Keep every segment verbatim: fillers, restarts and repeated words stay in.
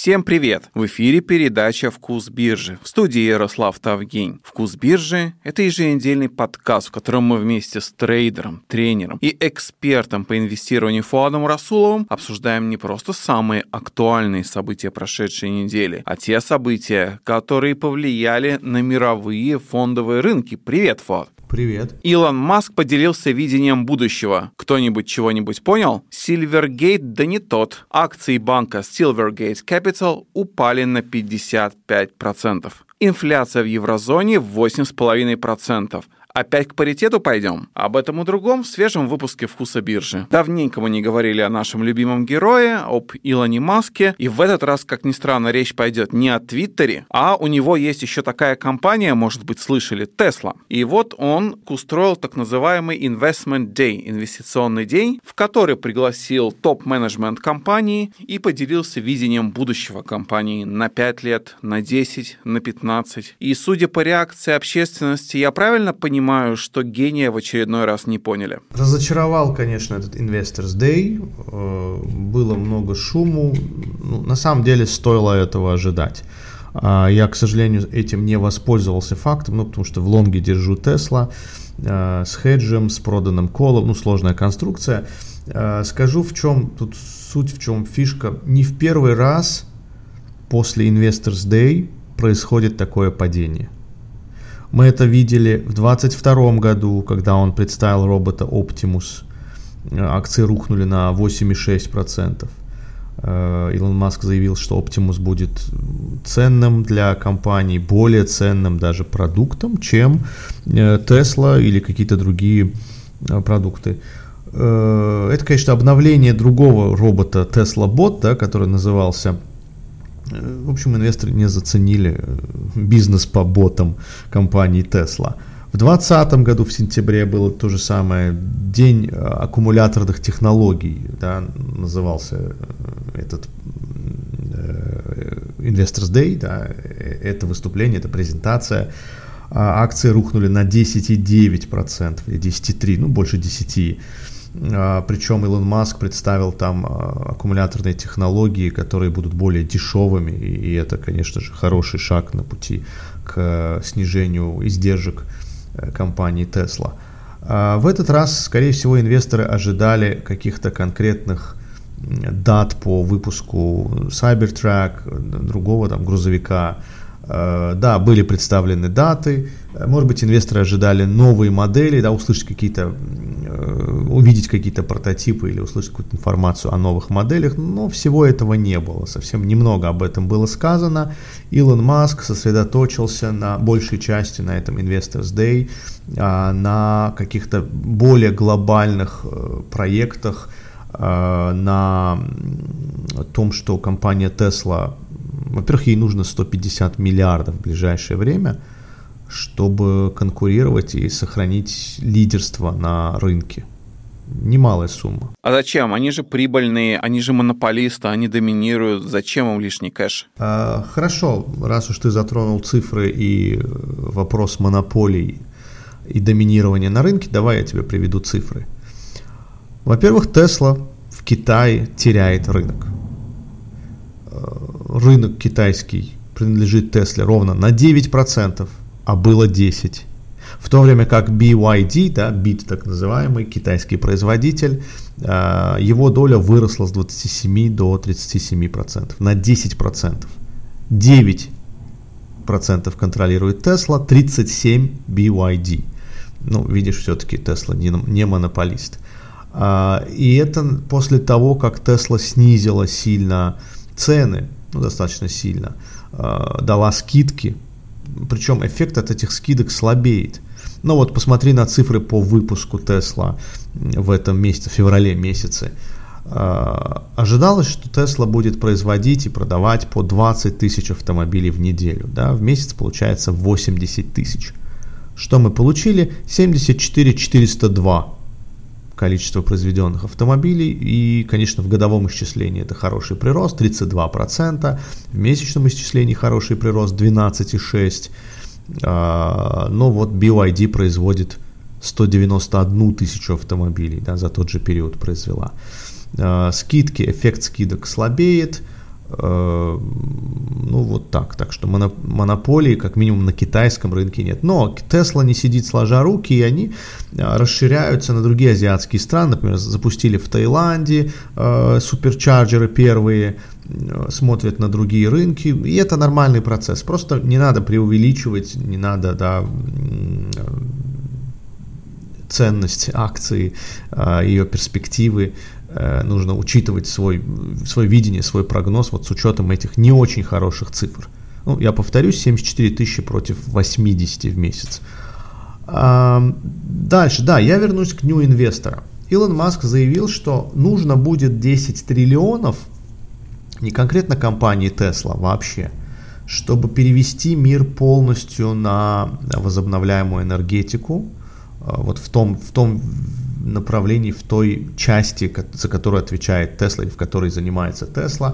Всем привет! В эфире передача «Вкус биржи». В студии Ярослав Тавгень. «Вкус биржи» — это еженедельный подкаст, в котором мы вместе с трейдером, тренером и экспертом по инвестированию Фуадом Расуловым обсуждаем не просто самые актуальные события прошедшей недели, а те события, которые повлияли на мировые фондовые рынки. Привет, Фуад! Привет. Илон Маск поделился видением будущего. Кто-нибудь чего-нибудь понял? Silvergate да не тот. Акции банка Silvergate Capital упали на пятьдесят пять процентов. Инфляция в еврозоне восемь целых пять десятых процента. Опять к паритету пойдем? Об этом и другом в свежем выпуске «Вкуса биржи». Давненько мы не говорили о нашем любимом герое, об Илоне Маске, и в этот раз, как ни странно, речь пойдет не о Твиттере, а у него есть еще такая компания, может быть, слышали, Tesla. И вот он устроил так называемый Investment Day, инвестиционный день, в который пригласил топ-менеджмент компании и поделился видением будущего компании на пять лет, на десять, на пятнадцать. И судя по реакции общественности, я правильно понимаю, Понимаю, что гения в очередной раз не поняли. Разочаровал, конечно, этот Investors Day. Было много шуму. Ну, на самом деле стоило этого ожидать. Я, к сожалению, этим не воспользовался фактом, ну, потому что в лонге держу Tesla с хеджем, с проданным колом. Ну, сложная конструкция. Скажу, в чем тут суть, в чем фишка. Не в первый раз после Investors Day происходит такое падение. Мы это видели в двадцать втором году, когда он представил робота Optimus. Акции рухнули на восемь целых шесть десятых процента. Илон Маск заявил, что Optimus будет ценным для компании, более ценным даже продуктом, чем Tesla или какие-то другие продукты. Это, конечно, обновление другого робота Tesla Bot, да, который назывался... В общем, инвесторы не заценили бизнес по ботам компании Tesla. В двадцатом году, в сентябре, было то же самое. День аккумуляторных технологий, да, назывался этот Investors Day. Да, это выступление, это презентация. Акции рухнули на десять целых девять десятых процента или десять целых три десятых процента, ну, больше десяти процентов. Причем Илон Маск представил там аккумуляторные технологии, которые будут более дешевыми, и это, конечно же, хороший шаг на пути к снижению издержек компании Tesla. В этот раз, скорее всего, инвесторы ожидали каких-то конкретных дат по выпуску Cybertruck, другого там грузовика. Да, были представлены даты, может быть, инвесторы ожидали новые модели, да, услышать какие-то, увидеть какие-то прототипы или услышать какую-то информацию о новых моделях, но всего этого не было, совсем немного об этом было сказано. Илон Маск сосредоточился на большей части на этом Investors Day, на каких-то более глобальных проектах, на том, что компания Tesla, во-первых, ей нужно сто пятьдесят миллиардов в ближайшее время, чтобы конкурировать и сохранить лидерство на рынке. Немалая сумма. А зачем? Они же прибыльные, они же монополисты, они доминируют. Зачем им лишний кэш? А, хорошо, раз уж ты затронул цифры и вопрос монополий и доминирования на рынке, давай я тебе приведу цифры. Во-первых, Tesla в Китае теряет рынок. Рынок китайский принадлежит Tesla ровно на девять процентов, а было десять процентов. В то время как би вай ди, да, бит так называемый, китайский производитель, его доля выросла с двадцати семи до тридцати семи процентов, на десять процентов. девять процентов контролирует Tesla, тридцать семь процентов би вай ди. Ну, видишь, все-таки Tesla не, не монополист. И это после того, как Tesla снизила сильно цены, ну, достаточно сильно, дала скидки, причем эффект от этих скидок слабеет. Ну вот посмотри на цифры по выпуску Tesla в этом месяце, в феврале месяце. Ожидалось, что Tesla будет производить и продавать по двадцать тысяч автомобилей в неделю, да? В месяц получается восемьдесят тысяч. Что мы получили? семьдесят четыре тысячи четыреста два количество произведенных автомобилей, и, конечно, в годовом исчислении это хороший прирост, тридцать два процента, в месячном исчислении хороший прирост, двенадцать целых шесть десятых процента. Но вот би вай ди производит сто девяносто одну тысячу автомобилей, да, за тот же период произвела. Скидки, эффект скидок слабеет, Э, ну, вот так. Так что монополии, как минимум, на китайском рынке нет. Но Tesla не сидит сложа руки, и они расширяются на другие азиатские страны. Например, запустили в Таиланде э, суперчарджеры первые, э, смотрят на другие рынки. И это нормальный процесс. Просто не надо преувеличивать, не надо, да, ценность акции, э, ее перспективы. Нужно учитывать свой, свое видение, свой прогноз вот с учетом этих не очень хороших цифр. Ну, я повторюсь, семьдесят четыре тысячи против восемьдесят в месяц. А, дальше, да, я вернусь к New Investor. Илон Маск заявил, что нужно будет десять триллионов, не конкретно компании Tesla вообще, чтобы перевести мир полностью на возобновляемую энергетику, вот в том, в том направлении, в той части, за которую отвечает Tesla, в которой занимается Tesla,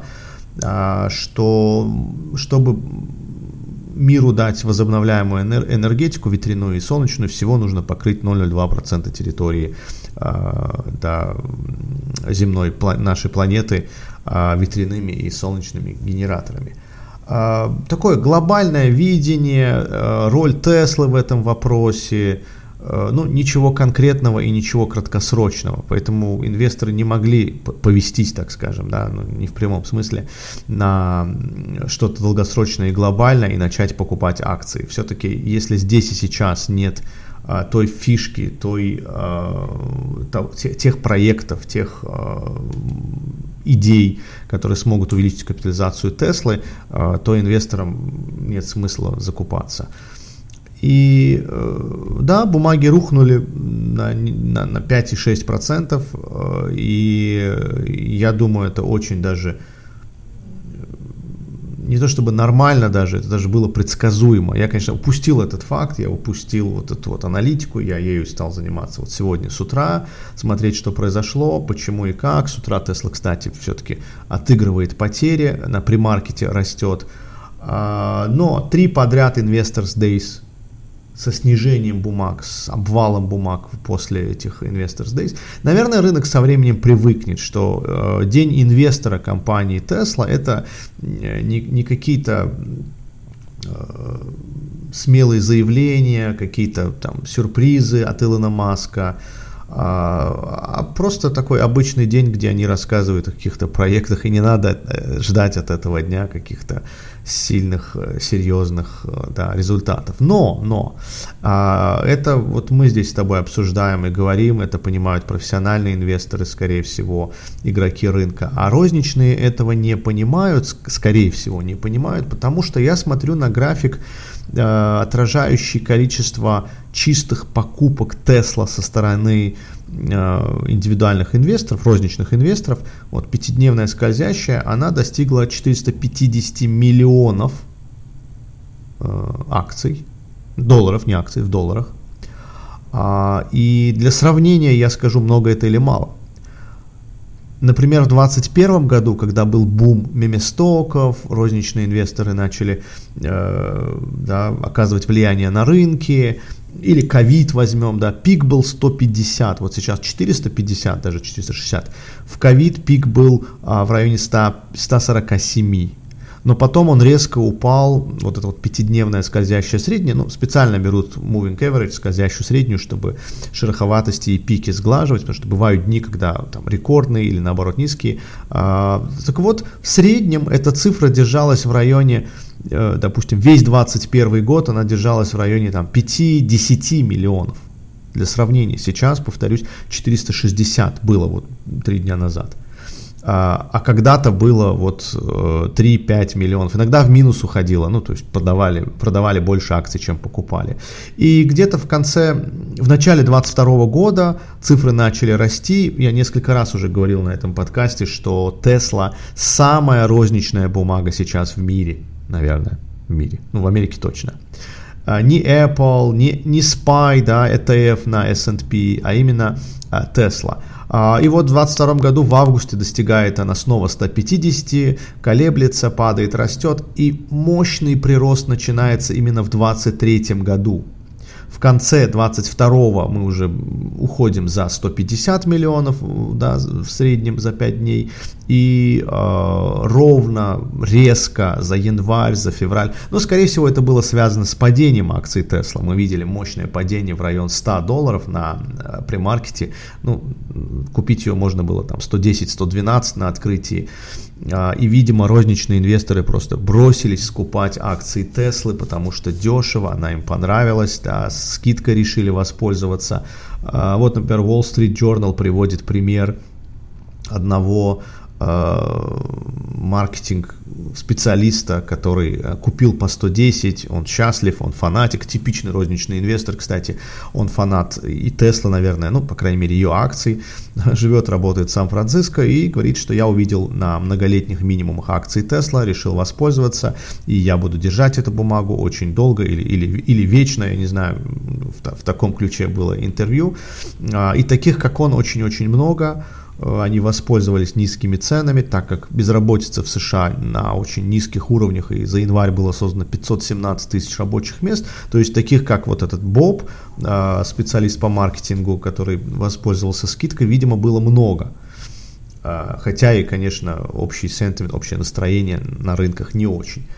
что чтобы миру дать возобновляемую энергетику, ветряную и солнечную, всего нужно покрыть ноль целых ноль два процента территории да, земной, нашей планеты ветряными и солнечными генераторами. Такое глобальное видение, роль Теслы в этом вопросе. Ну, ничего конкретного и ничего краткосрочного, поэтому инвесторы не могли повестись, так скажем, да, ну, не в прямом смысле, на что-то долгосрочное и глобальное и начать покупать акции. Все-таки, если здесь и сейчас нет а, той фишки, той, а, то, тех проектов, тех а, идей, которые смогут увеличить капитализацию Теслы, а, то инвесторам нет смысла закупаться. И да, бумаги рухнули на, на, на пять целых шесть десятых процента, и я думаю, это очень даже, не то чтобы нормально даже, это даже было предсказуемо. Я, конечно, упустил этот факт, я упустил вот эту вот аналитику, я ею стал заниматься вот сегодня с утра, смотреть, что произошло, почему и как. С утра Tesla, кстати, все-таки отыгрывает потери, на премаркете растет, но три подряд Investors Days со снижением бумаг, с обвалом бумаг после этих Investors Days. Наверное, рынок со временем привыкнет, что э, день инвестора компании Tesla это не, не какие-то э, смелые заявления, какие-то там сюрпризы от Илона Маска, а, а просто такой обычный день, где они рассказывают о каких-то проектах, и не надо ждать от этого дня каких-то сильных, серьезных, да, результатов. Но, но, а, это вот мы здесь с тобой обсуждаем и говорим, это понимают профессиональные инвесторы, скорее всего, игроки рынка, а розничные этого не понимают, скорее всего, не понимают, потому что я смотрю на график, э, отражающий количество чистых покупок Tesla со стороны индивидуальных инвесторов, розничных инвесторов. Вот пятидневная скользящая, она достигла четыреста пятьдесят миллионов э, акций, долларов, не акций, в долларах. А, и для сравнения я скажу, много это или мало. Например, в двадцать первом году, когда был бум меместоков, розничные инвесторы начали э, да, оказывать влияние на рынки, или ковид возьмем, да, пик был сто пятьдесят, вот сейчас четыреста пятьдесят, даже четыреста шестьдесят. В ковид пик был а, в районе ста сорок семь, но потом он резко упал, вот эта вот пятидневная скользящая средняя, ну, специально берут moving average, скользящую среднюю, чтобы шероховатости и пики сглаживать, потому что бывают дни, когда там рекордные или наоборот низкие. А, так вот, в среднем эта цифра держалась в районе, допустим, весь двадцать первый год она держалась в районе там пять-десять миллионов. Для сравнения, сейчас, повторюсь, четыреста шестьдесят было вот три дня назад. А, а когда-то было вот три-пять миллионов. Иногда в минус уходило, ну, то есть продавали, продавали больше акций, чем покупали. И где-то в конце, в начале двадцать второго года цифры начали расти. Я несколько раз уже говорил на этом подкасте, что Tesla самая розничная бумага сейчас в мире. Наверное, в мире. Ну, в Америке точно. А, не Apple, не, не спай, да, и ти эф на эс энд пи, а именно а, Tesla. А, и вот в двадцать втором году в августе достигает она снова ста пятидесяти, колеблется, падает, растет. И мощный прирост начинается именно в двадцать третьем году. В конце двадцать второго мы уже уходим за сто пятьдесят миллионов, да, в среднем за пять дней. И э, ровно, резко за январь, за февраль. Но, скорее всего, это было связано с падением акций Tesla. Мы видели мощное падение в район сто долларов на э, премаркете. Ну, купить ее можно было там сто десять - сто двенадцать на открытии. Э, и, видимо, розничные инвесторы просто бросились скупать акции Tesla, потому что дешево, она им понравилась, да, скидкой решили воспользоваться. Э, вот, например, Wall Street Journal приводит пример одного маркетинг специалиста, который купил по сто десять, он счастлив, он фанатик, типичный розничный инвестор, кстати, он фанат и Tesla, наверное, ну, по крайней мере, ее акций, живет, работает в Сан-Франциско и говорит, что я увидел на многолетних минимумах акций Tesla, решил воспользоваться, и я буду держать эту бумагу очень долго или, или, или вечно, я не знаю, в, в таком ключе было интервью, и таких, как он, очень-очень много. Они воспользовались низкими ценами, так как безработица в США на очень низких уровнях, и за январь было создано пятьсот семнадцать тысяч рабочих мест, то есть таких, как вот этот Боб, специалист по маркетингу, который воспользовался скидкой, видимо, было много. Хотя и, конечно, общий сентимент, общее настроение на рынках не очень.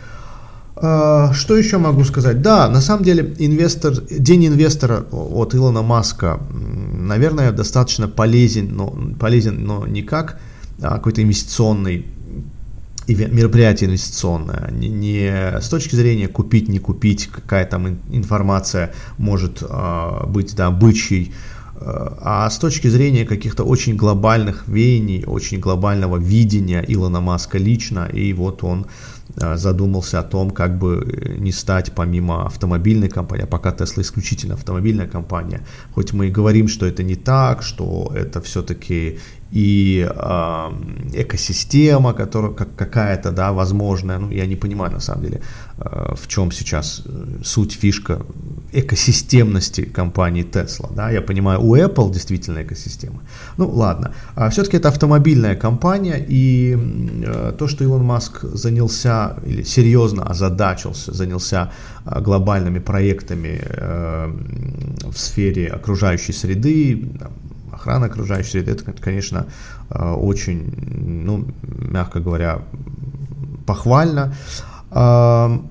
Что еще могу сказать? Да, на самом деле инвестор, день инвестора от Илона Маска, наверное, достаточно полезен, но, полезен, но не как а, какой-то инвестиционный мероприятие инвестиционное, не, не с точки зрения купить, не купить, какая там информация может а, быть, да, бычьей, а с точки зрения каких-то очень глобальных веяний, очень глобального видения Илона Маска лично, и вот он задумался о том, как бы не стать помимо автомобильной компании, а пока Tesla исключительно автомобильная компания, хоть мы и говорим, что это не так, что это все-таки и э, экосистема, которая как, какая-то, да, возможная, ну, я не понимаю, на самом деле, э, в чем сейчас суть, фишка экосистемности компании Tesla, да, я понимаю, у Apple действительно экосистема, ну, ладно, а все-таки это автомобильная компания, и э, то, что Илон Маск занялся, или серьезно озадачился, занялся э, глобальными проектами э, в сфере окружающей среды, там, охрана окружающей среды, это, конечно, очень, ну, мягко говоря, похвально. Я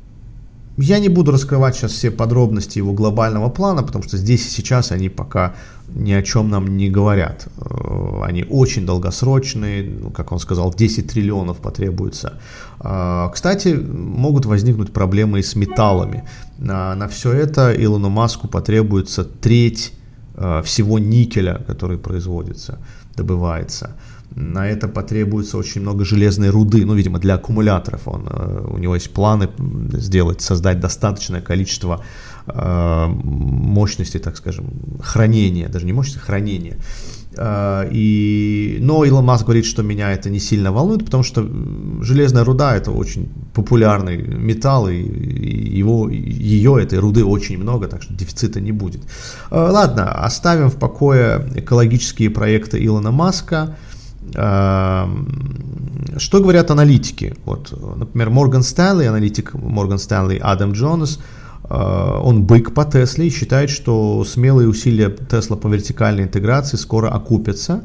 не буду раскрывать сейчас все подробности его глобального плана, потому что здесь и сейчас они пока ни о чем нам не говорят. Они очень долгосрочные, как он сказал, десять триллионов потребуется. Кстати, могут возникнуть проблемы и с металлами. На, на все это Илону Маску потребуется треть всего никеля, который производится, добывается. На это потребуется очень много железной руды, ну, видимо, для аккумуляторов. Он, у него есть планы сделать, создать достаточное количество э, мощности, так скажем, хранения, даже не мощности, хранения. Э, и, но Илон Маск говорит, что меня это не сильно волнует, потому что железная руда — это очень популярный металл, и его, ее, этой руды очень много, так что дефицита не будет. Э, ладно, оставим в покое экологические проекты Илона Маска. Что говорят аналитики? Вот, например, Morgan Stanley, аналитик Morgan Stanley Адам Джонас, он бык по Тесле и считает, что смелые усилия Тесла по вертикальной интеграции скоро окупятся.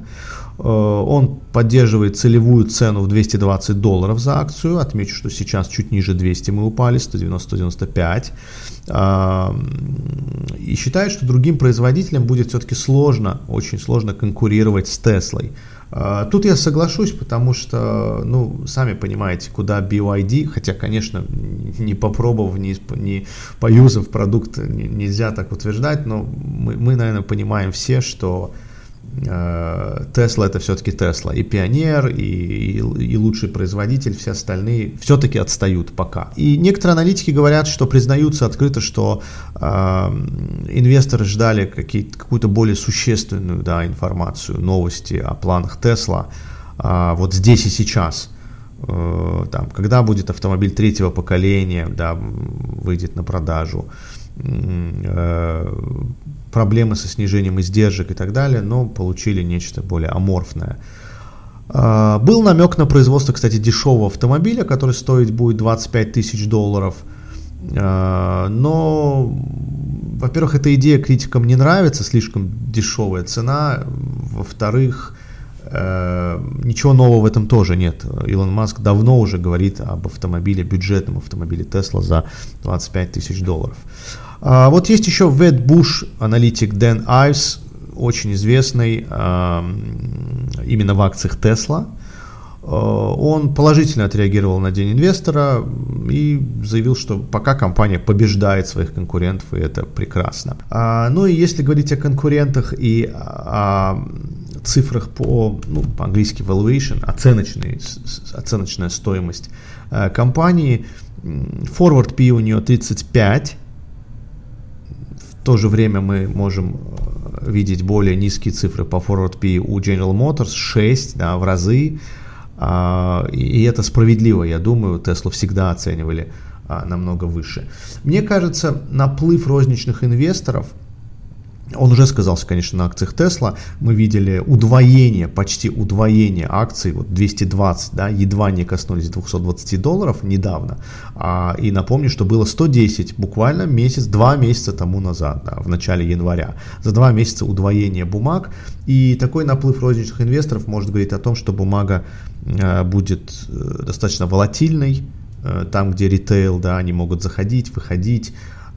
Он поддерживает целевую цену в двести двадцать долларов за акцию. Отмечу, что сейчас чуть ниже двухсот мы упали, сто девяносто - сто девяносто пять. И считает, что другим производителям будет все-таки сложно, очень сложно конкурировать с Теслой. Тут я соглашусь, потому что, ну, сами понимаете, куда би вай ди, хотя, конечно, не попробовав, не, не поюзав продукт, нельзя так утверждать, но мы, мы наверное, понимаем все, что Tesla — это все-таки Tesla, и Пионер, и, и, и лучший производитель, все остальные все-таки отстают пока. И некоторые аналитики говорят, что признаются открыто, что э, инвесторы ждали какую-то более существенную, да, информацию, новости о планах Tesla э, вот здесь и сейчас. Э, там, когда будет автомобиль третьего поколения, да, выйдет на продажу, э, проблемы со снижением издержек и так далее, но получили нечто более аморфное. Был намек на производство, кстати, дешевого автомобиля, который стоить будет двадцать пять тысяч долларов, но во-первых, эта идея критикам не нравится, слишком дешевая цена. Во-вторых, э, ничего нового в этом тоже нет. Илон Маск давно уже говорит об автомобиле, бюджетном автомобиле Tesla за двадцать пять тысяч долларов. А вот есть еще Wedbush аналитик Дэн Айвс, очень известный э, именно в акциях Tesla. Он положительно отреагировал на День инвестора и заявил, что пока компания побеждает своих конкурентов, и это прекрасно. А, ну и если говорить о конкурентах и о цифрах по, ну, по-английски valuation, оценочный, оценочная стоимость э, компании, forward P у нее тридцать пять. В то же время мы можем видеть более низкие цифры по forward P у General Motors, шесть, да, в разы. И это справедливо, я думаю, Теслу всегда оценивали намного выше. Мне кажется, наплыв розничных инвесторов, он уже сказался, конечно, на акциях Tesla. Мы видели удвоение, почти удвоение акций, вот двести двадцать, да, едва не коснулись двухсот двадцати долларов недавно. А, и напомню, что было сто десять буквально месяц, два месяца тому назад, да, в начале января. За два месяца удвоение бумаг. И такой наплыв розничных инвесторов может говорить о том, что бумага э, будет э, достаточно волатильной. Э, там, где ритейл, да, они могут заходить, выходить.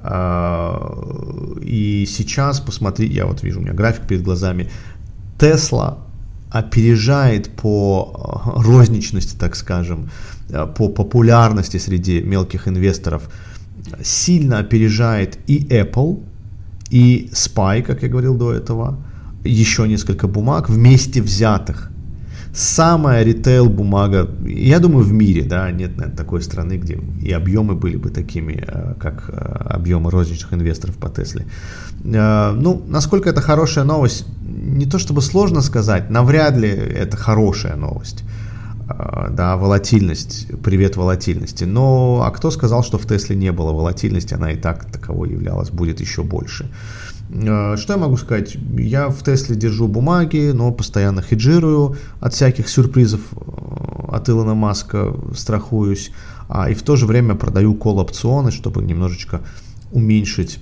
И сейчас, посмотри, я вот вижу, у меня график перед глазами, Tesla опережает по розничности, так скажем, по популярности среди мелких инвесторов, сильно опережает и Apple, и Spy, как я говорил до этого, еще несколько бумаг вместе взятых. Самая ритейл-бумага, я думаю, в мире, да, нет, наверное, такой страны, где и объемы были бы такими, как объемы розничных инвесторов по Тесле. Ну, насколько это хорошая новость, не то чтобы сложно сказать, навряд ли это хорошая новость. Да, волатильность, привет волатильности. Но, а кто сказал, что в Тесле не было волатильности, она и так таковой являлась, будет еще больше. Что я могу сказать? Я в Тесле держу бумаги, но постоянно хеджирую, от всяких сюрпризов от Илона Маска страхуюсь, а и в то же время продаю колл-опционы, чтобы немножечко уменьшить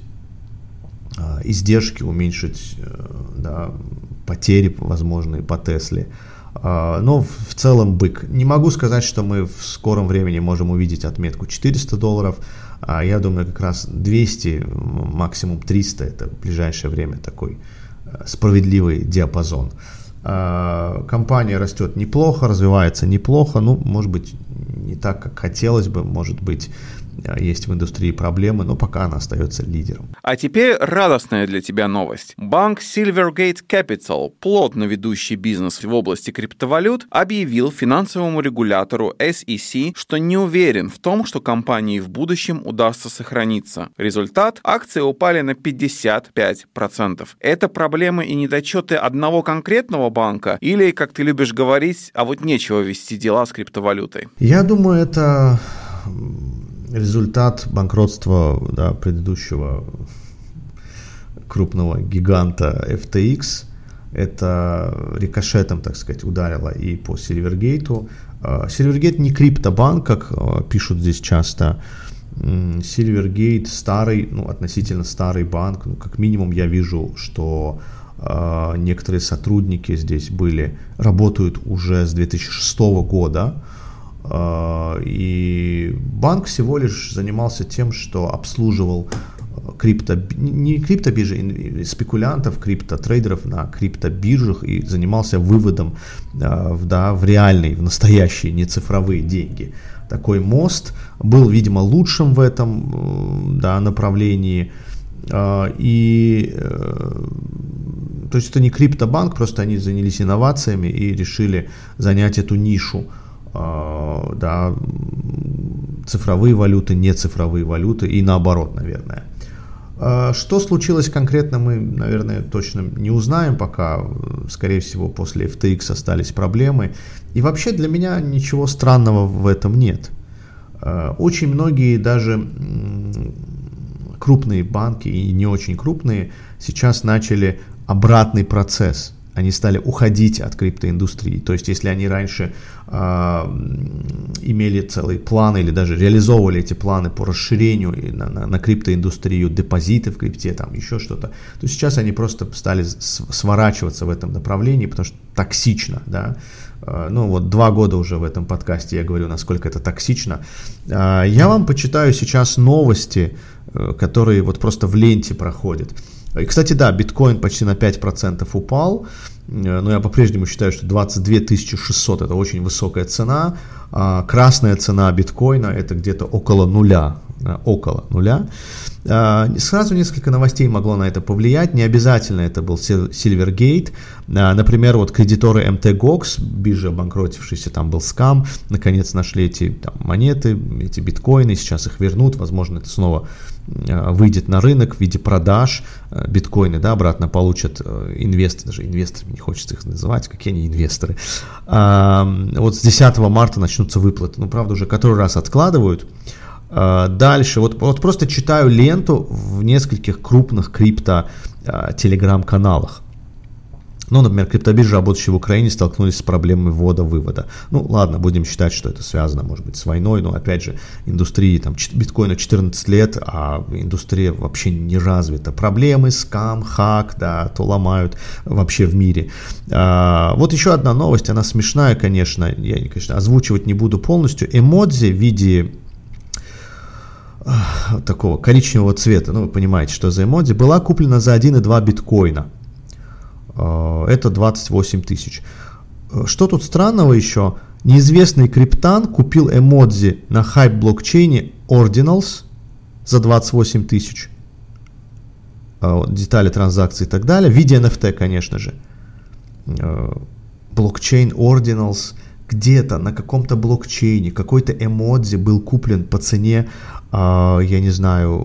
а, издержки, уменьшить да, потери возможные по Тесле. А, но в целом бык. Не могу сказать, что мы в скором времени можем увидеть отметку четыреста долларов. А я думаю, как раз двести, максимум триста, это в ближайшее время такой справедливый диапазон. Компания растет неплохо, развивается неплохо, ну, может быть, не так, как хотелось бы, может быть, есть в индустрии проблемы, но пока она остается лидером. А теперь радостная для тебя новость. Банк Silvergate Capital, плотно ведущий бизнес в области криптовалют, объявил финансовому регулятору эс и си, что не уверен в том, что компании в будущем удастся сохраниться. Результат – акции упали на пятьдесят пять процентов. Это проблемы и недочеты одного конкретного банка или, как ты любишь говорить, а вот нечего вести дела с криптовалютой? Я думаю, это результат банкротства, да, предыдущего крупного гиганта эф ти экс. Это рикошетом, так сказать, ударило и по Silvergate. Silvergate не криптобанк, как пишут здесь часто. Silvergate старый, ну, относительно старый банк. Ну, как минимум я вижу, что э, некоторые сотрудники здесь были, работают уже с две тысячи шестого года. И банк всего лишь занимался тем, что обслуживал крипто, не криптобиржи, спекулянтов, криптотрейдеров на криптобиржах и занимался выводом да, в реальные, в настоящие, не цифровые деньги. Такой мост был, видимо, лучшим в этом да, направлении. И то есть это не криптобанк, просто они занялись инновациями и решили занять эту нишу. Uh, да, цифровые валюты, не цифровые валюты и наоборот, наверное. Uh, что случилось конкретно, мы, наверное, точно не узнаем пока. Скорее всего, после эф ти экс остались проблемы. И вообще для меня ничего странного в этом нет. Uh, очень многие даже крупные банки и не очень крупные сейчас начали обратный процесс. Они стали уходить от криптоиндустрии. То есть, если они раньше э, имели целые планы или даже реализовывали эти планы по расширению на, на, на криптоиндустрию, депозиты в крипте, там еще что-то, то сейчас они просто стали сворачиваться в этом направлении, потому что токсично, да. Э, ну вот два года уже в этом подкасте я говорю, насколько это токсично. Э, я вам почитаю сейчас новости, э, которые вот просто в ленте проходят. И, кстати, да, биткоин почти на пять процентов упал, но я по-прежнему считаю, что двадцать две тысячи шестьсот это очень высокая цена. Красная цена биткоина это где-то около нуля, около нуля. Сразу несколько новостей могло на это повлиять, не обязательно это был Silvergate. Например, вот кредиторы эм ти гокс, биржа обанкротившаяся, там был скам, наконец нашли эти там, монеты, эти биткоины, сейчас их вернут, возможно, это снова выйдет на рынок в виде продаж, биткоины, да, обратно получат инвесторы, даже инвесторами не хочется их называть, какие они инвесторы. Вот с десятого марта начнутся выплаты, ну, правда, уже который раз откладывают. Дальше, вот, вот просто читаю ленту в нескольких крупных крипто-телеграм-каналах. Ну, например, криптобиржи, работающие в Украине, столкнулись с проблемой ввода-вывода. Ну, ладно, будем считать, что это связано, может быть, с войной, но, опять же, индустрии, там, биткоину четырнадцать лет, а индустрия вообще не развита. Проблемы, скам, хак, да, то ломают вообще в мире. А, вот еще одна новость, она смешная, конечно, я, конечно, озвучивать не буду полностью. Эмодзи в виде такого коричневого цвета, ну, вы понимаете, что за эмодзи, была куплена за один и два биткоина. Это двадцать восемь тысяч. Что тут странного еще? Неизвестный криптан купил эмодзи на хайп-блокчейне Ordinals за двадцать восемь тысяч. Детали транзакций и так далее. В виде эн эф ти, конечно же. Блокчейн Ordinals. Где-то на каком-то блокчейне какой-то эмодзи был куплен по цене, я не знаю...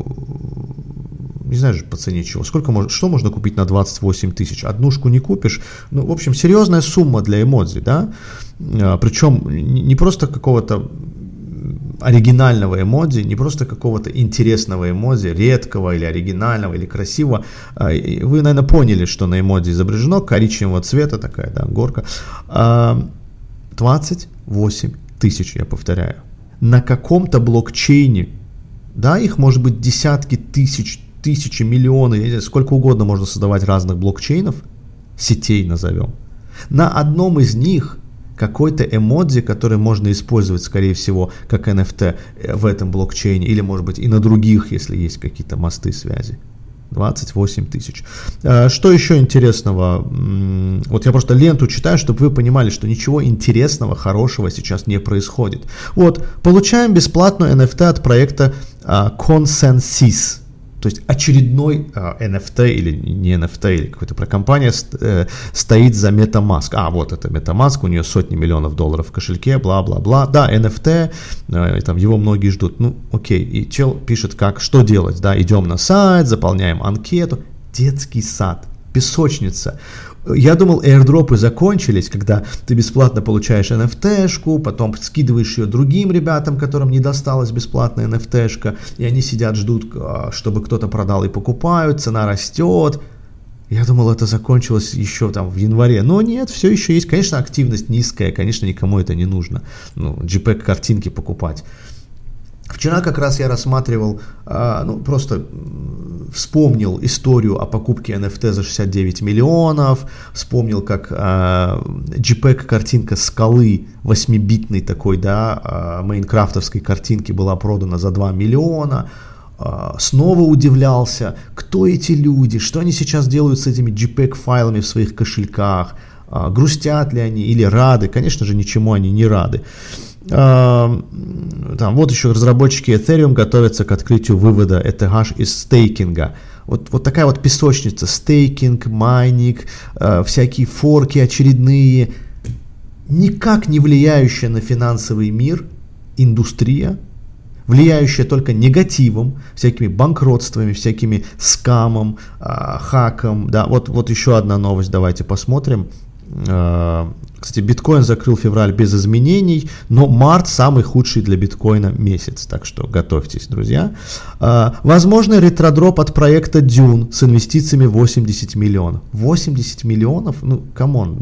Не знаю же по цене чего. Сколько можно, что можно купить на двадцать восемь тысяч? Однушку не купишь. Ну, в общем, серьезная сумма для эмодзи, да? А, причем не просто какого-то оригинального эмодзи, не просто какого-то интересного эмодзи, редкого или оригинального, или красивого. А, вы, наверное, поняли, что на эмодзи изображено коричневого цвета, такая, да, горка. А, двадцать восемь тысяч, я повторяю. На каком-то блокчейне, да, их может быть десятки тысяч, тысячи, миллионы, сколько угодно можно создавать разных блокчейнов, сетей назовем. На одном из них какой-то эмодзи, который можно использовать, скорее всего, как эн эф ти в этом блокчейне, или, может быть, и на других, если есть какие-то мосты связи. двадцать восемь тысяч. Что еще интересного? Вот я просто ленту читаю, чтобы вы понимали, что ничего интересного, хорошего сейчас не происходит. Вот, получаем бесплатную эн эф ти от проекта Consensys. То есть очередной а, эн эф ти или не эн эф ти, или какая-то компания э, стоит за MetaMask. А, вот это MetaMask, у нее сотни миллионов долларов в кошельке, бла-бла-бла. Да, эн эф ти, э, там его многие ждут. Ну, окей, и чел пишет, как, что делать, да, идем на сайт, заполняем анкету. Детский сад, песочница. Я думал, airdropы закончились, когда ты бесплатно получаешь эн эф ти-шку, потом скидываешь ее другим ребятам, которым не досталась бесплатная эн эф ти-шка, и они сидят, ждут, чтобы кто-то продал и покупают, цена растет. Я думал, это закончилось еще там в январе, но нет, все еще есть. Конечно, активность низкая, конечно, никому это не нужно, ну, джей-пег-картинки покупать. Вчера как раз я рассматривал, ну, просто вспомнил историю о покупке эн эф ти за шестьдесят девять миллионов, вспомнил, как джей-пег-картинка скалы восьмибитной такой, да, майнкрафтовской картинки была продана за два миллиона. Снова удивлялся, кто эти люди, что они сейчас делают с этими джей-пег-файлами в своих кошельках, грустят ли они или рады. Конечно же, ничему они не рады. Там, вот еще разработчики Ethereum готовятся к открытию вывода и ти эйч из стейкинга. Вот, вот такая вот песочница, стейкинг, майнинг, э, всякие форки очередные, никак не влияющая на финансовый мир индустрия, влияющая только негативом, всякими банкротствами, всякими скамом, э, хаком. Да, вот, вот еще одна новость, давайте посмотрим. Кстати, биткоин закрыл февраль без изменений, но март самый худший для биткоина месяц, так что готовьтесь, друзья. Возможно, ретродроп от проекта Dune с инвестициями восемьдесят миллионов. восемьдесят миллионов? Ну, камон,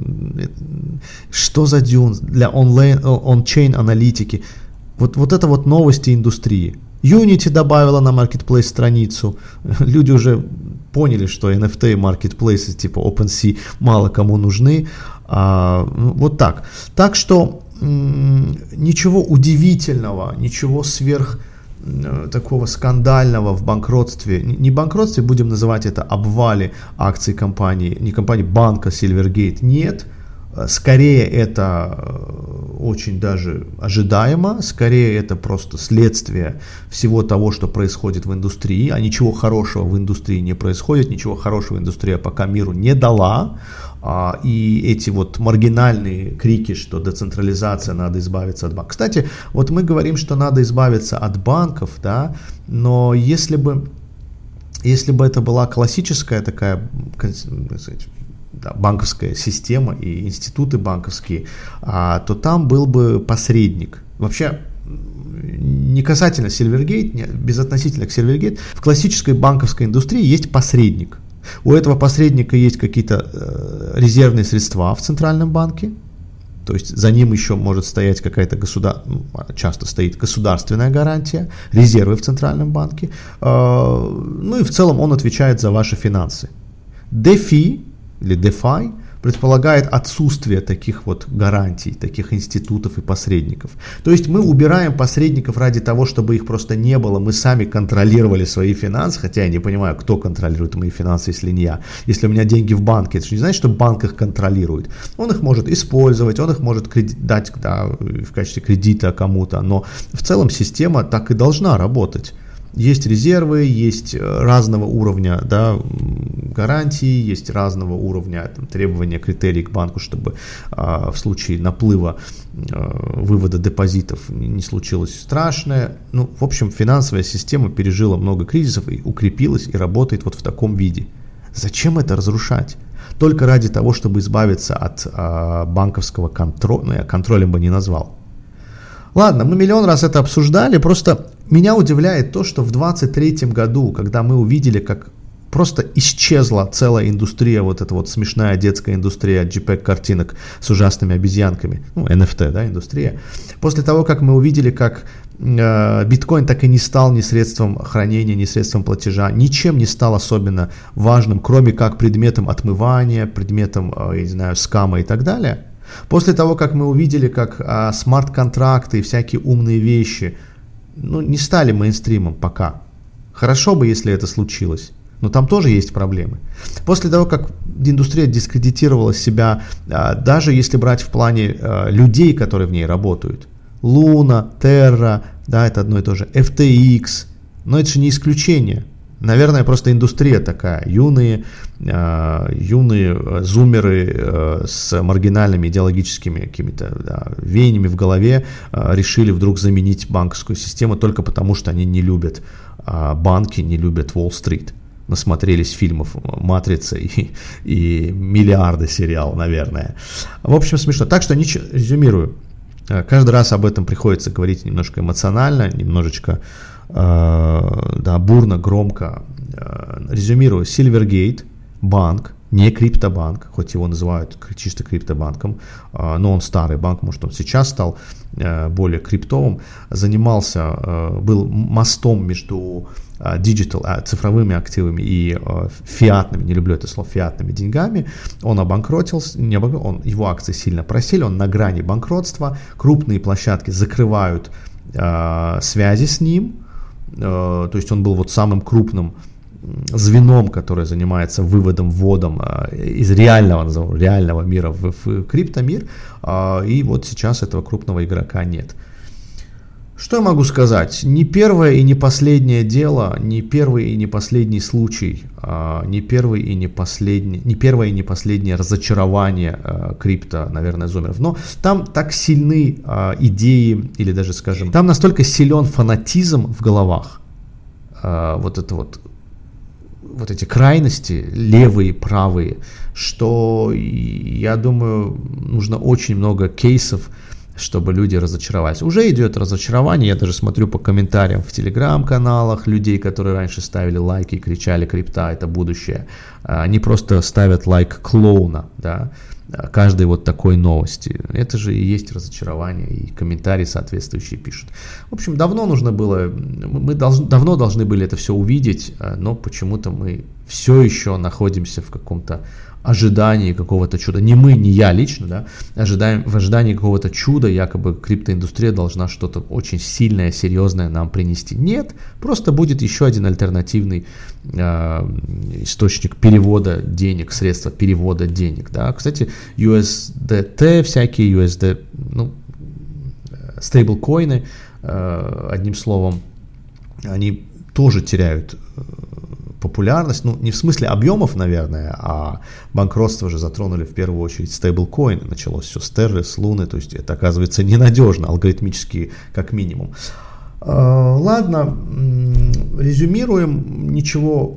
что за Dune для ончейн аналитики? Вот, вот это вот новости индустрии. Unity добавила на Marketplace страницу. Люди уже поняли, что эн эф ти и маркетплейсы типа OpenSea мало кому нужны. А, вот так. Так что м- ничего удивительного, ничего сверх м- такого скандального в банкротстве, не банкротстве, будем называть это обвале акций компании, не компании, банка Silvergate, нет. Скорее это очень даже ожидаемо, скорее это просто следствие всего того, что происходит в индустрии, а ничего хорошего в индустрии не происходит, ничего хорошего индустрия пока миру не дала, и эти вот маргинальные крики, что децентрализация, надо избавиться от банков. Кстати, вот мы говорим, что надо избавиться от банков, да, но если бы, если бы это была классическая такая, да, банковская система и институты банковские, а, то там был бы посредник. Вообще, не касательно Silvergate, не, безотносительно к Silvergate, в классической банковской индустрии есть посредник. У этого посредника есть какие-то э, резервные средства в центральном банке, то есть за ним еще может стоять какая-то государ... часто стоит государственная гарантия, резервы в центральном банке, э, ну и в целом он отвечает за ваши финансы. DeFi или DeFi предполагает отсутствие таких вот гарантий, таких институтов и посредников. То есть мы убираем посредников ради того, чтобы их просто не было, мы сами контролировали свои финансы, хотя я не понимаю, кто контролирует мои финансы, если не я. Если у меня деньги в банке, это же не значит, что банк их контролирует. Он их может использовать, он их может креди- дать да, в качестве кредита кому-то, но в целом система так и должна работать. Есть резервы, есть разного уровня, да, гарантии, есть разного уровня там, требования, критерий к банку, чтобы а, в случае наплыва а, вывода депозитов не случилось страшное. Ну, в общем, финансовая система пережила много кризисов и укрепилась и работает вот в таком виде. Зачем это разрушать? Только ради того, чтобы избавиться от а, банковского контроля, ну, я контролем бы не назвал. Ладно, мы миллион раз это обсуждали, просто меня удивляет то, что в двадцать третьем году, когда мы увидели, как просто исчезла целая индустрия, вот эта вот смешная детская индустрия JPEG-картинок с ужасными обезьянками, ну, эн эф ти, да, индустрия, после того, как мы увидели, как э, биткоин так и не стал ни средством хранения, ни средством платежа, ничем не стал особенно важным, кроме как предметом отмывания, предметом, э, я не знаю, скама и так далее. После того, как мы увидели, как а, смарт-контракты и всякие умные вещи, ну, не стали мейнстримом пока. Хорошо бы, если это случилось, но там тоже есть проблемы. После того, как индустрия дискредитировала себя, а, даже если брать в плане а, людей, которые в ней работают, Luna, Terra, да, это одно и то же, эф ти экс, но это же не исключение. Наверное, просто индустрия такая, юные, э, юные зумеры э, с маргинальными идеологическими какими-то да, веяниями в голове э, решили вдруг заменить банковскую систему только потому, что они не любят э, банки, не любят Уолл-стрит. Насмотрелись фильмов «Матрица» и, и миллиарды сериалов, наверное. В общем, смешно. Так что, ничего, резюмирую. Каждый раз об этом приходится говорить немножко эмоционально, немножечко да, бурно, громко. Резюмирую, Silvergate, банк, не криптобанк, хоть его называют чисто криптобанком, но он старый банк, может он сейчас стал более криптовым, занимался, был мостом между digital, цифровыми активами и фиатными, не люблю это слово, фиатными деньгами. Он обанкротился, не обанкротился, он, его акции сильно просели, он на грани банкротства, крупные площадки закрывают э, связи с ним, э, то есть он был вот самым крупным звеном, которое занимается выводом, вводом э, из реального, назовем, реального мира в, в криптомир, э, и вот сейчас этого крупного игрока нет. Что я могу сказать? Не первое и не последнее дело, не первый и не последний случай, а, не первый и не последний, не первое и не последнее разочарование а, крипто, наверное, зумеров. Но там так сильны а, идеи, или даже, скажем, там настолько силен фанатизм в головах, а, вот это вот вот эти крайности, левые, правые, что, я думаю, нужно очень много кейсов, чтобы люди разочаровались. Уже идет разочарование, я даже смотрю по комментариям в телеграм-каналах людей, которые раньше ставили лайки и кричали «крипта – это будущее». Они просто ставят лайк клоуна, да, каждой вот такой новости. Это же и есть разочарование, и комментарии соответствующие пишут. В общем, давно нужно было, мы должны, давно должны были это все увидеть, но почему-то мы все еще находимся в каком-то ожидании какого-то чуда. Не мы, не я лично, да, ожидаем, в ожидании какого-то чуда, якобы криптоиндустрия должна что-то очень сильное, серьезное нам принести. Нет, просто будет еще один альтернативный э, источник перевода денег, средства перевода денег. Да. Кстати, ю эс ди ти, всякие ю эс ди, ну, стейблкоины, э, одним словом, они тоже теряют популярность, ну, не в смысле объемов, наверное, а банкротство же затронули в первую очередь стейблкоины. Началось все с Терры, с Луны, то есть это оказывается ненадежно, алгоритмически как минимум. Ладно, резюмируем, ничего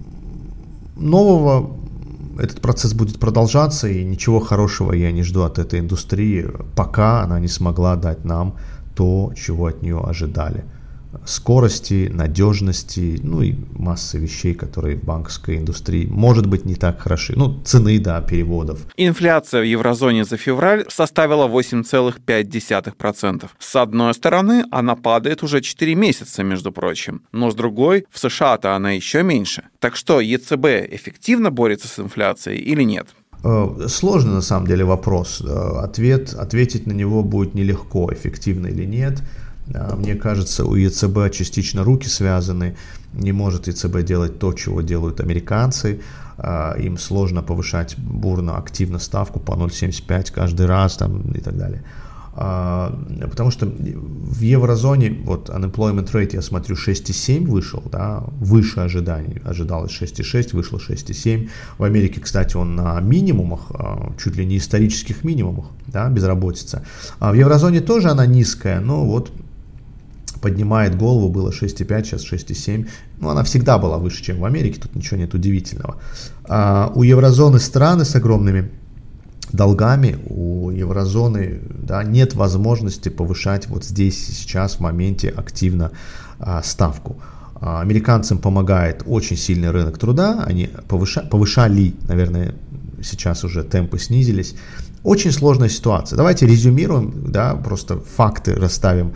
нового, этот процесс будет продолжаться, и ничего хорошего я не жду от этой индустрии, пока она не смогла дать нам то, чего от нее ожидали. Скорости, надежности, ну и массы вещей, которые в банковской индустрии, может быть, не так хороши. Ну, цены, да, переводов. Инфляция в еврозоне за февраль составила восемь целых пять десятых процента. С одной стороны, она падает уже четыре месяца, между прочим. Но с другой, в США-то она еще меньше. Так что, е цэ бэ эффективно борется с инфляцией или нет? Сложный, на самом деле, вопрос. Ответ, ответить на него будет нелегко, эффективно или нет. Мне кажется, у е цэ бэ частично руки связаны, не может е цэ бэ делать то, чего делают американцы, им сложно повышать бурно, активно ставку по ноль целых семьдесят пять каждый раз там, и так далее. Потому что в еврозоне, вот unemployment rate, я смотрю, шесть целых семь вышел, да, выше ожиданий, ожидалось шесть целых шесть, вышло шесть целых семь. В Америке, кстати, он на минимумах, чуть ли не исторических минимумах, да, безработица. А в еврозоне тоже она низкая, но вот поднимает голову, было шесть целых пять, сейчас шесть целых семь. Ну, она всегда была выше, чем в Америке, тут ничего нет удивительного. А у еврозоны страны с огромными долгами, у еврозоны, да, нет возможности повышать вот здесь, сейчас, в моменте активно а, ставку. А, американцам помогает очень сильный рынок труда, они повыша, повышали, наверное, сейчас уже темпы снизились. Очень сложная ситуация. Давайте резюмируем, да, просто факты расставим,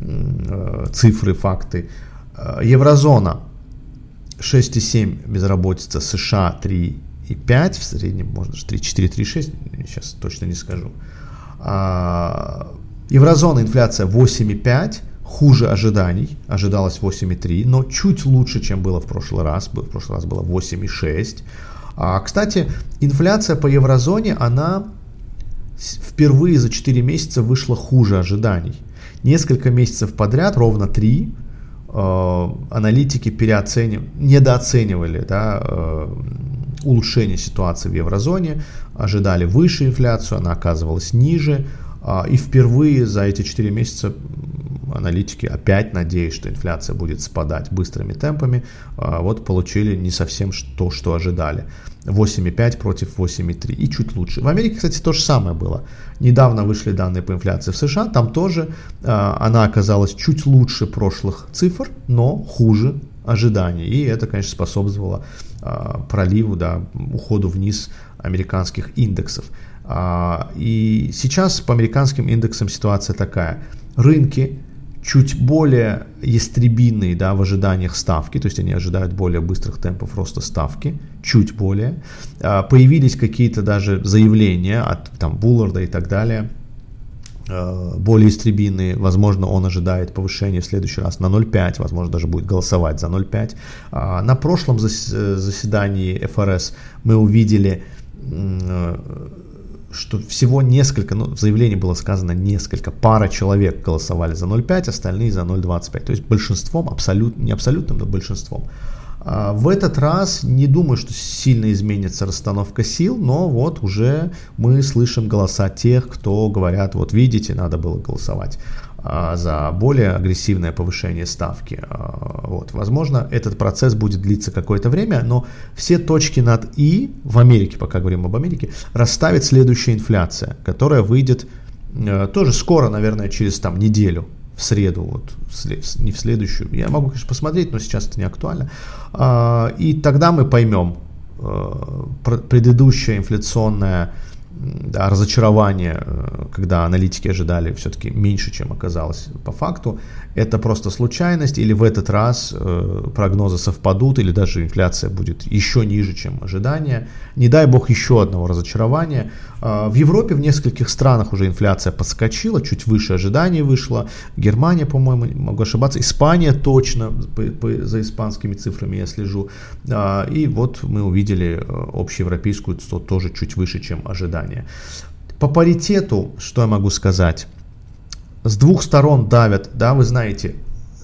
цифры, факты. Еврозона шесть целых семь безработица, США три целых пять, в среднем можно же три целых четыре, три целых шесть, сейчас точно не скажу. Еврозона инфляция восемь целых пять, хуже ожиданий, ожидалось восемь целых три, но чуть лучше, чем было в прошлый раз, в прошлый раз было восемь целых шесть. А, кстати, инфляция по еврозоне, она впервые за четыре месяца вышла хуже ожиданий. Несколько месяцев подряд, ровно три, э, аналитики переоценивали, недооценивали, да, э, улучшение ситуации в еврозоне, ожидали выше инфляцию, она оказывалась ниже, э, и впервые за эти четыре месяца аналитики опять надеясь, что инфляция будет спадать быстрыми темпами, э, вот получили не совсем то, что ожидали. восемь целых пять против восемь целых три, и чуть лучше. В Америке, кстати, то же самое было. Недавно вышли данные по инфляции в США, там тоже э, она оказалась чуть лучше прошлых цифр, но хуже ожиданий. И это, конечно, способствовало э, проливу, да, уходу вниз американских индексов. А, и сейчас по американским индексам ситуация такая. Рынки чуть более ястребиные, да, в ожиданиях ставки, то есть они ожидают более быстрых темпов роста ставки, чуть более. А, появились какие-то даже заявления от там Булларда и так далее, а, более ястребиные, возможно, он ожидает повышения в следующий раз на ноль целых пять, возможно, даже будет голосовать за ноль целых пять. А, на прошлом зас- заседании эф эр эс мы увидели, что всего несколько, ну, в заявлении было сказано несколько, пара человек голосовали за ноль целых пять, остальные за ноль целых двадцать пять. То есть большинством, абсолют, не абсолютным, но большинством. А в этот раз не думаю, что сильно изменится расстановка сил, но вот уже мы слышим голоса тех, кто говорят, вот видите, надо было голосовать за более агрессивное повышение ставки. Вот. Возможно, этот процесс будет длиться какое-то время, но все точки над «и» в Америке, пока говорим об Америке, расставит следующая инфляция, которая выйдет тоже скоро, наверное, через там, неделю, в среду, вот, не в следующую. Я могу, конечно, посмотреть, но сейчас это не актуально. И тогда мы поймем, предыдущая инфляционная да, разочарование, когда аналитики ожидали все-таки меньше, чем оказалось по факту, это просто случайность, или в этот раз э, прогнозы совпадут, или даже инфляция будет еще ниже, чем ожидания. Не дай бог еще одного разочарования. Э, в Европе в нескольких странах уже инфляция подскочила, чуть выше ожиданий вышла. Германия, по-моему, могу ошибаться, Испания точно, по, по, за испанскими цифрами я слежу. Э, и вот мы увидели общеевропейскую, что тоже чуть выше, чем ожидания. По паритету, что я могу сказать? С двух сторон давят, да, вы знаете,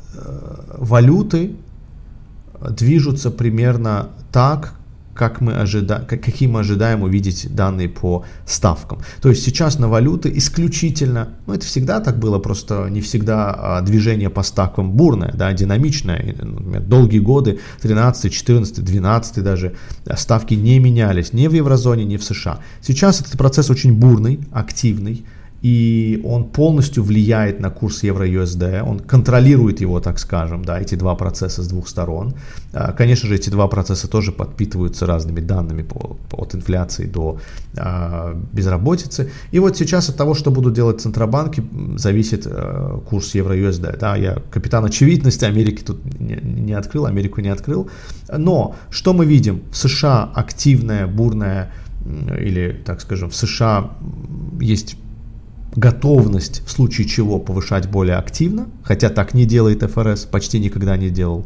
валюты движутся примерно так, как мы ожида... какие мы ожидаем увидеть данные по ставкам. То есть сейчас на валюты исключительно, ну это всегда так было, просто не всегда движение по ставкам бурное, да, динамичное. Например, долгие годы, тринадцатый, четырнадцатый, двенадцатый даже, ставки не менялись ни в еврозоне, ни в США. Сейчас этот процесс очень бурный, активный. И он полностью влияет на курс евро-ю эс ди, он контролирует его, так скажем, да, эти два процесса с двух сторон. Конечно же, эти два процесса тоже подпитываются разными данными по, от инфляции до а, безработицы. И вот сейчас от того, что будут делать центробанки, зависит а, курс евро-ю эс ди. Да, я капитан очевидности, Америки тут не, не открыл, Америку не открыл. Но что мы видим? В США активная, бурная, или, так скажем, в США есть готовность в случае чего повышать более активно, хотя так не делает эф эр эс, почти никогда не делал.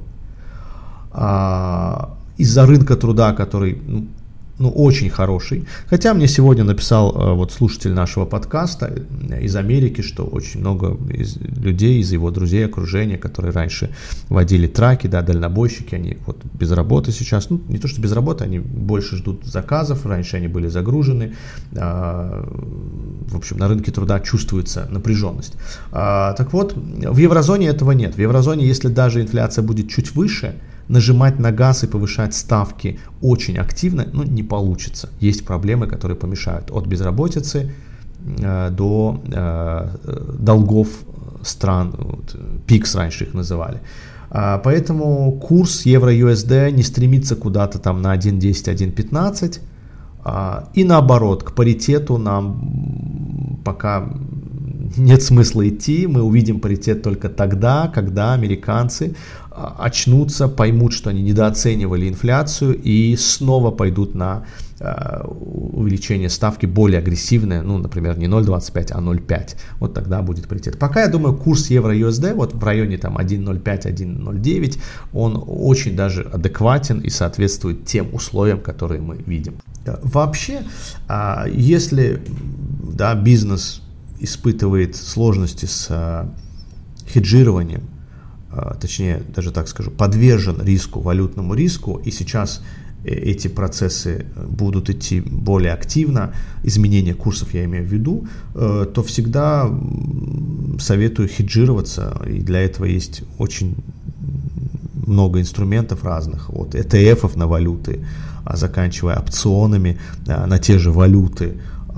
А, из-за рынка труда, который ну, ну, очень хороший. Хотя мне сегодня написал вот слушатель нашего подкаста из Америки, что очень много из людей, из его друзей, окружения, которые раньше водили траки, да, дальнобойщики, они вот без работы сейчас, ну не то что без работы, они больше ждут заказов, раньше они были загружены, а, в общем, на рынке труда чувствуется напряженность. А, так вот, в еврозоне этого нет. В еврозоне, если даже инфляция будет чуть выше, нажимать на газ и повышать ставки очень активно, ну, не получится. Есть проблемы, которые помешают от безработицы э, до э, долгов стран, вот, пикс раньше их называли. А, поэтому курс евро-ю эс ди не стремится куда-то там на один десять - один пятнадцать. А, и наоборот, к паритету нам пока нет смысла идти, мы увидим паритет только тогда, когда американцы очнутся, поймут, что они недооценивали инфляцию и снова пойдут на э, увеличение ставки более агрессивное, ну, например, не ноль целых двадцать пять, а ноль целых пять. Вот тогда будет паритет. Пока, я думаю, курс евро-ю эс ди вот в районе там один целых ноль пять - один целых ноль девять, он очень даже адекватен и соответствует тем условиям, которые мы видим. Вообще, если да, бизнес испытывает сложности с хеджированием, точнее, даже так скажу, подвержен риску, валютному риску, и сейчас эти процессы будут идти более активно, изменение курсов я имею в виду, то всегда советую хеджироваться, и для этого есть очень много инструментов разных, от и ти эф на валюты, заканчивая опционами на те же валюты.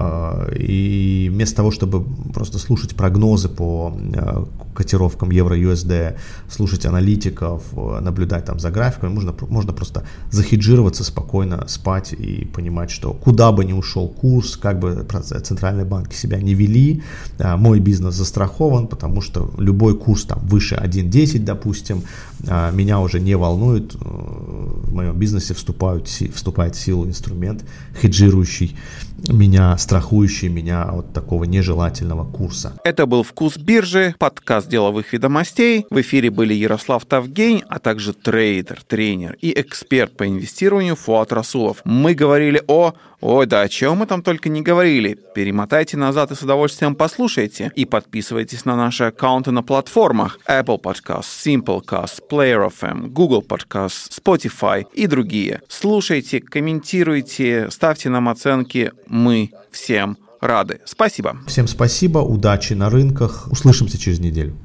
И вместо того, чтобы просто слушать прогнозы по котировкам евро-ю эс ди, слушать аналитиков, наблюдать там за графиками, можно, можно просто захеджироваться спокойно, спать и понимать, что куда бы ни ушел курс, как бы центральные банки себя не вели, мой бизнес застрахован, потому что любой курс там выше один целых десять, допустим, меня уже не волнует, в моем бизнесе вступают, вступает в силу инструмент, хеджирующий меня, страхующий меня от такого нежелательного курса. Это был «Вкус биржи», подкаст деловых ведомостей. В эфире были Ярослав Тавгень, а также трейдер, тренер и эксперт по инвестированию Фуат Расулов. Мы говорили о... Ой, да о чем мы там только не говорили. Перемотайте назад и с удовольствием послушайте. И подписывайтесь на наши аккаунты на платформах Apple Podcasts, Simplecast, Player эф эм, Google Podcasts, Spotify и другие. Слушайте, комментируйте, ставьте нам оценки. Мы всем рады. Спасибо. Всем спасибо, удачи на рынках. Услышимся через неделю.